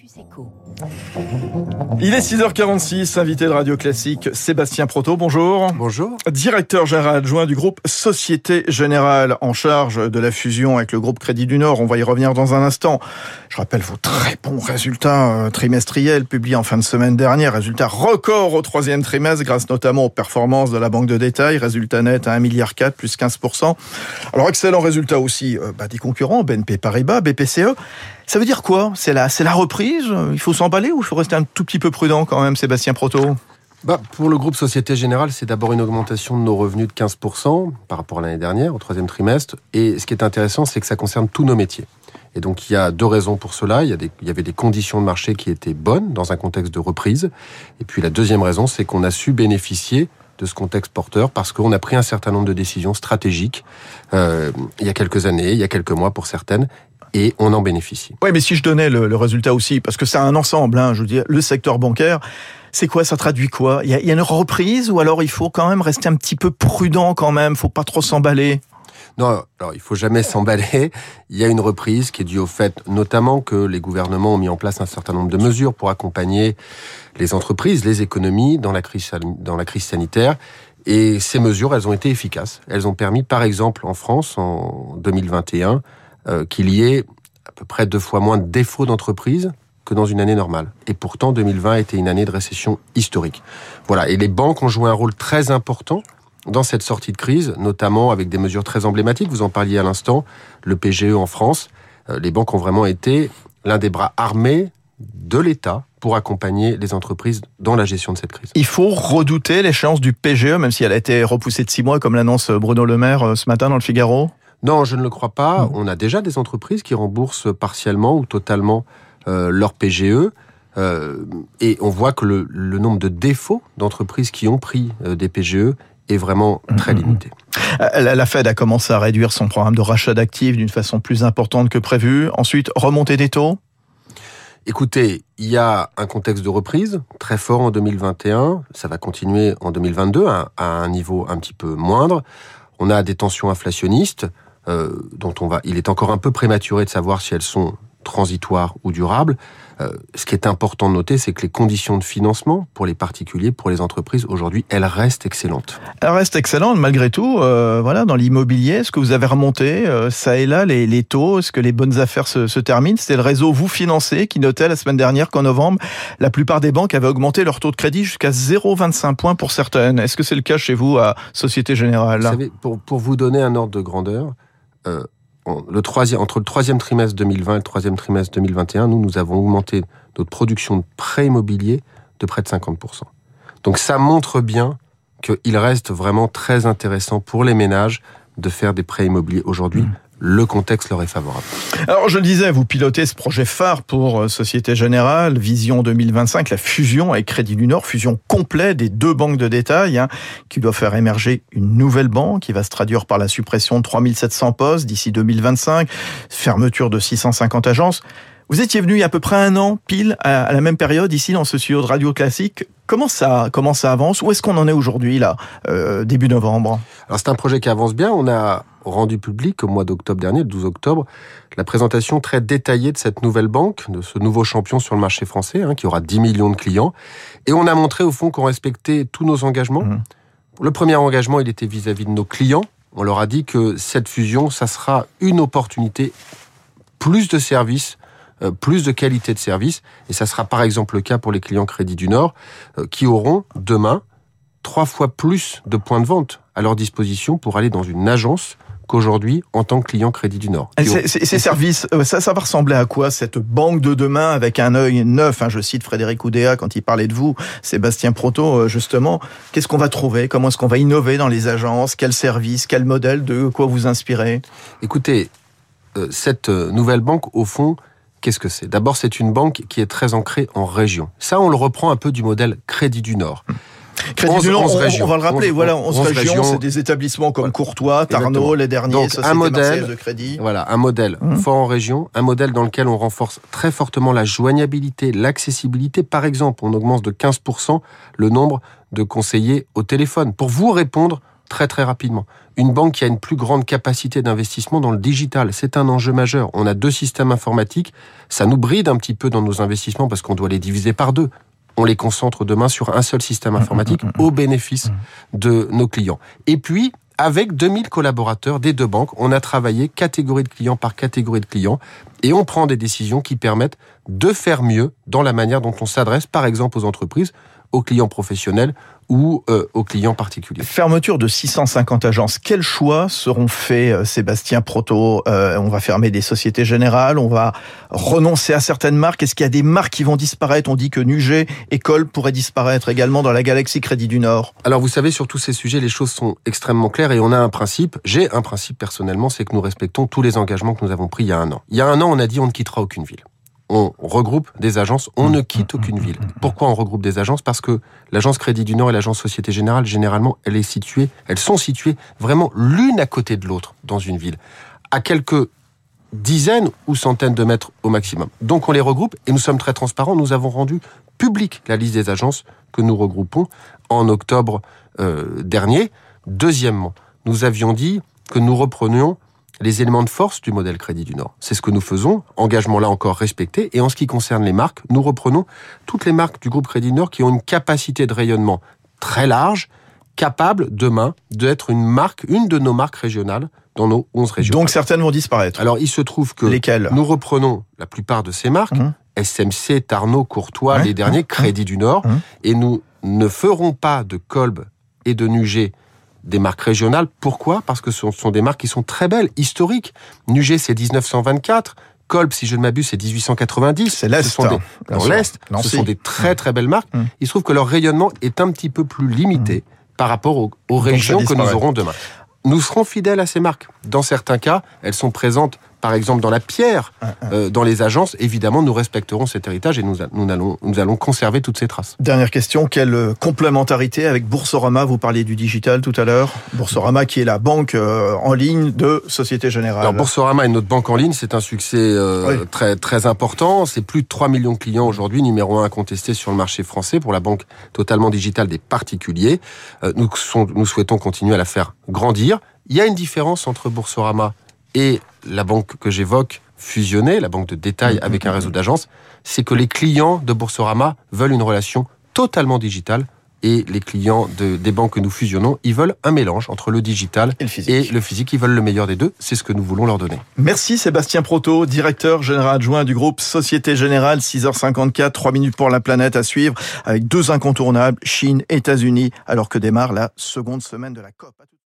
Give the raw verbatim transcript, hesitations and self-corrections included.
Campus Éco. Il est six heures quarante-six, invité de Radio Classique, Sébastien Proto, bonjour. Bonjour. Directeur général adjoint du groupe Société Générale, en charge de la fusion avec le groupe Crédit du Nord. On va y revenir dans un instant. Je rappelle vos très bons résultats trimestriels publiés en fin de semaine dernière. Résultats records au troisième trimestre, grâce notamment aux performances de la banque de détail. Résultat net à un virgule quatre milliard, plus quinze pour cent. Alors, excellent résultat aussi euh, bah, des concurrents, B N P Paribas, B P C E. Ça veut dire quoi ? C'est la, c'est la reprise ? Il faut s'emballer ou il faut rester un tout petit peu prudent quand même, Sébastien Proto ? Bah, pour le groupe Société Générale, c'est d'abord une augmentation de nos revenus de quinze pour cent par rapport à l'année dernière, au troisième trimestre. Et ce qui est intéressant, c'est que ça concerne tous nos métiers. Et donc, il y a deux raisons pour cela. Il y, a des, il y avait des conditions de marché qui étaient bonnes dans un contexte de reprise. Et puis, la deuxième raison, c'est qu'on a su bénéficier de ce contexte porteur parce qu'on a pris un certain nombre de décisions stratégiques euh, il y a quelques années, il y a quelques mois pour certaines, et on en bénéficie. Oui, mais si je donnais le, le résultat aussi, parce que c'est un ensemble, hein, je veux dire, le secteur bancaire, c'est quoi, ça traduit quoi ? Il y a, il y a une reprise ou alors il faut quand même rester un petit peu prudent quand même, faut pas trop s'emballer ? Non, alors il faut jamais s'emballer. Il y a une reprise qui est due au fait, notamment, que les gouvernements ont mis en place un certain nombre de mesures pour accompagner les entreprises, les économies dans la crise, dans la crise sanitaire. Et ces mesures, elles ont été efficaces. Elles ont permis, par exemple, en France, en deux mille vingt et un, euh, qu'il y ait à peu près deux fois moins de défauts d'entreprises que dans une année normale. Et pourtant, deux mille vingt était une année de récession historique. Voilà. Et les banques ont joué un rôle très important dans cette sortie de crise, notamment avec des mesures très emblématiques. Vous en parliez à l'instant, le P G E en France. Euh, les banques ont vraiment été l'un des bras armés de l'État pour accompagner les entreprises dans la gestion de cette crise. Il faut redouter l'échéance du P G E, même si elle a été repoussée de six mois, comme l'annonce Bruno Le Maire ce matin dans le Figaro ? Non, je ne le crois pas. Mmh. On a déjà des entreprises qui remboursent partiellement ou totalement euh, leur P G E. Euh, et on voit que le, le nombre de défauts d'entreprises qui ont pris euh, des P G E est vraiment très limité. La Fed a commencé à réduire son programme de rachat d'actifs d'une façon plus importante que prévu. Ensuite, remontée des taux ? Écoutez, il y a un contexte de reprise très fort en deux mille vingt et un. Ça va continuer en deux mille vingt-deux à, à un niveau un petit peu moindre. On a des tensions inflationnistes euh, dont on va. Il est encore un peu prématuré de savoir si elles sont transitoires ou durables. Euh, ce qui est important de noter, c'est que les conditions de financement pour les particuliers, pour les entreprises, aujourd'hui, elles restent excellentes. Elles restent excellentes, malgré tout. Euh, voilà, dans l'immobilier, est-ce que vous avez remonté euh, ça et là les, les taux ? Est-ce que les bonnes affaires se, se terminent ? C'était le réseau Vous Financez qui notait la semaine dernière qu'en novembre, la plupart des banques avaient augmenté leur taux de crédit jusqu'à zéro virgule vingt-cinq points pour certaines. Est-ce que c'est le cas chez vous à Société Générale ? Vous savez, pour, pour vous donner un ordre de grandeur, euh, Le troisième, entre le troisième trimestre deux mille vingt et le troisième trimestre deux mille vingt et un, nous, nous avons augmenté notre production de prêts immobiliers de près de cinquante pour cent. Donc ça montre bien qu'il reste vraiment très intéressant pour les ménages de faire des prêts immobiliers aujourd'hui. Mmh. Le contexte leur est favorable. Alors, je le disais, vous pilotez ce projet phare pour Société Générale, Vision deux mille vingt-cinq, la fusion avec Crédit du Nord, fusion complète des deux banques de détail, hein, qui doit faire émerger une nouvelle banque qui va se traduire par la suppression de trois mille sept cents postes d'ici deux mille vingt-cinq, fermeture de six cent cinquante agences. Vous étiez venu il y a à peu près un an, pile, à la même période, ici, dans ce studio de Radio Classique. Comment ça, comment ça avance ? Où est-ce qu'on en est aujourd'hui, là, euh, début novembre ? Alors, c'est un projet qui avance bien. On a rendu public au mois d'octobre dernier, le douze octobre, la présentation très détaillée de cette nouvelle banque, de ce nouveau champion sur le marché français, hein, qui aura dix millions de clients. Et on a montré, au fond, qu'on respectait tous nos engagements. Mmh. Le premier engagement, il était vis-à-vis de nos clients. On leur a dit que cette fusion, ça sera une opportunité, plus de services, euh, plus de qualité de service. Et ça sera par exemple le cas pour les clients Crédit du Nord, euh, qui auront demain trois fois plus de points de vente à leur disposition pour aller dans une agence qu'aujourd'hui en tant que client Crédit du Nord. Ces, ces, ces services, ça, ça va ressembler à quoi, cette banque de demain avec un œil neuf, hein, je cite Frédéric Oudéa quand il parlait de vous, Sébastien Proto, justement. Qu'est-ce qu'on va trouver ? Comment est-ce qu'on va innover dans les agences ? Quel service ? Quel modèle ? De quoi vous inspirez ? Écoutez, euh, cette nouvelle banque, au fond, qu'est-ce que c'est ? D'abord, c'est une banque qui est très ancrée en région. Ça, on le reprend un peu du modèle Crédit du Nord. Crédit du Nord, on, on va le rappeler, onze, voilà, onze, onze régions, régions, c'est des établissements comme Courtois, Tarnot, les derniers, donc, Société un modèle, Marseillaise de Crédit. Voilà, un modèle mmh. fort en région, un modèle dans lequel on renforce très fortement la joignabilité, l'accessibilité. Par exemple, on augmente de quinze pour cent le nombre de conseillers au téléphone pour vous répondre très très rapidement. Une banque qui a une plus grande capacité d'investissement dans le digital, c'est un enjeu majeur. On a deux systèmes informatiques, ça nous bride un petit peu dans nos investissements parce qu'on doit les diviser par deux. On les concentre demain sur un seul système informatique au bénéfice de nos clients. Et puis, avec deux mille collaborateurs des deux banques, on a travaillé catégorie de clients par catégorie de clients et on prend des décisions qui permettent de faire mieux dans la manière dont on s'adresse, par exemple, aux entreprises, aux clients professionnels ou euh, aux clients particuliers. Fermeture de six cent cinquante agences. Quels choix seront faits, Sébastien Proto? euh, On va fermer des sociétés générales, on va renoncer à certaines marques. Est-ce qu'il y a des marques qui vont disparaître? On dit que Nugé et Kolb pourraient disparaître également dans la galaxie Crédit du Nord. Alors vous savez, sur tous ces sujets, les choses sont extrêmement claires et on a un principe, j'ai un principe personnellement, c'est que nous respectons tous les engagements que nous avons pris il y a un an. Il y a un an, on a dit on ne quittera aucune ville. On regroupe des agences, on ne quitte aucune ville. Pourquoi on regroupe des agences? Parce que l'agence Crédit du Nord et l'agence Société Générale, généralement, elle est située, elles sont situées vraiment l'une à côté de l'autre dans une ville, à quelques dizaines ou centaines de mètres au maximum. Donc on les regroupe et nous sommes très transparents. Nous avons rendu publique la liste des agences que nous regroupons en octobre euh, dernier. Deuxièmement, nous avions dit que nous reprenions les éléments de force du modèle Crédit du Nord. C'est ce que nous faisons, engagement là encore respecté. Et en ce qui concerne les marques, nous reprenons toutes les marques du groupe Crédit du Nord qui ont une capacité de rayonnement très large, capable demain d'être une marque, une de nos marques régionales dans nos onze régions. Donc certaines vont disparaître. Alors il se trouve que Lesquelles? Nous reprenons la plupart de ces marques, mmh. S M C, Tarno, Courtois, ouais. les derniers, mmh. Crédit du Nord, mmh. et nous ne ferons pas de Kolb et de Nugé des marques régionales. Pourquoi? Parce que ce sont des marques qui sont très belles, historiques. Nugé, c'est dix-neuf cent vingt-quatre. Kolb, si je ne m'abuse, c'est dix-huit cent quatre-vingt-dix. C'est l'Est. Ce sont des, dans sûr. l'Est, Nancy. Ce sont des très très belles marques. Mmh. Il se trouve que leur rayonnement est un petit peu plus limité mmh. par rapport aux, aux régions que nous aurons demain. Nous serons fidèles à ces marques. Dans certains cas, elles sont présentes, par exemple, dans la pierre, euh, dans les agences. Évidemment, nous respecterons cet héritage et nous, nous, allons, nous allons conserver toutes ces traces. Dernière question, quelle complémentarité avec Boursorama? Vous parliez du digital tout à l'heure. Boursorama qui est la banque euh, en ligne de Société Générale. Alors, Boursorama est notre banque en ligne. C'est un succès euh, oui. très, très important. C'est plus de trois millions de clients aujourd'hui, numéro un incontesté sur le marché français pour la banque totalement digitale des particuliers. Euh, nous, sont, nous souhaitons continuer à la faire grandir. Il y a une différence entre Boursorama et la banque que j'évoque, fusionnée, la banque de détail avec un réseau d'agences, c'est que les clients de Boursorama veulent une relation totalement digitale et les clients de, des banques que nous fusionnons, ils veulent un mélange entre le digital et le physique. Et le physique. Ils veulent le meilleur des deux. C'est ce que nous voulons leur donner. Merci Sébastien Proto, directeur général adjoint du groupe Société Générale. six heures cinquante-quatre, trois minutes pour la planète à suivre avec deux incontournables, Chine, États-Unis, alors que démarre la seconde semaine de la COP.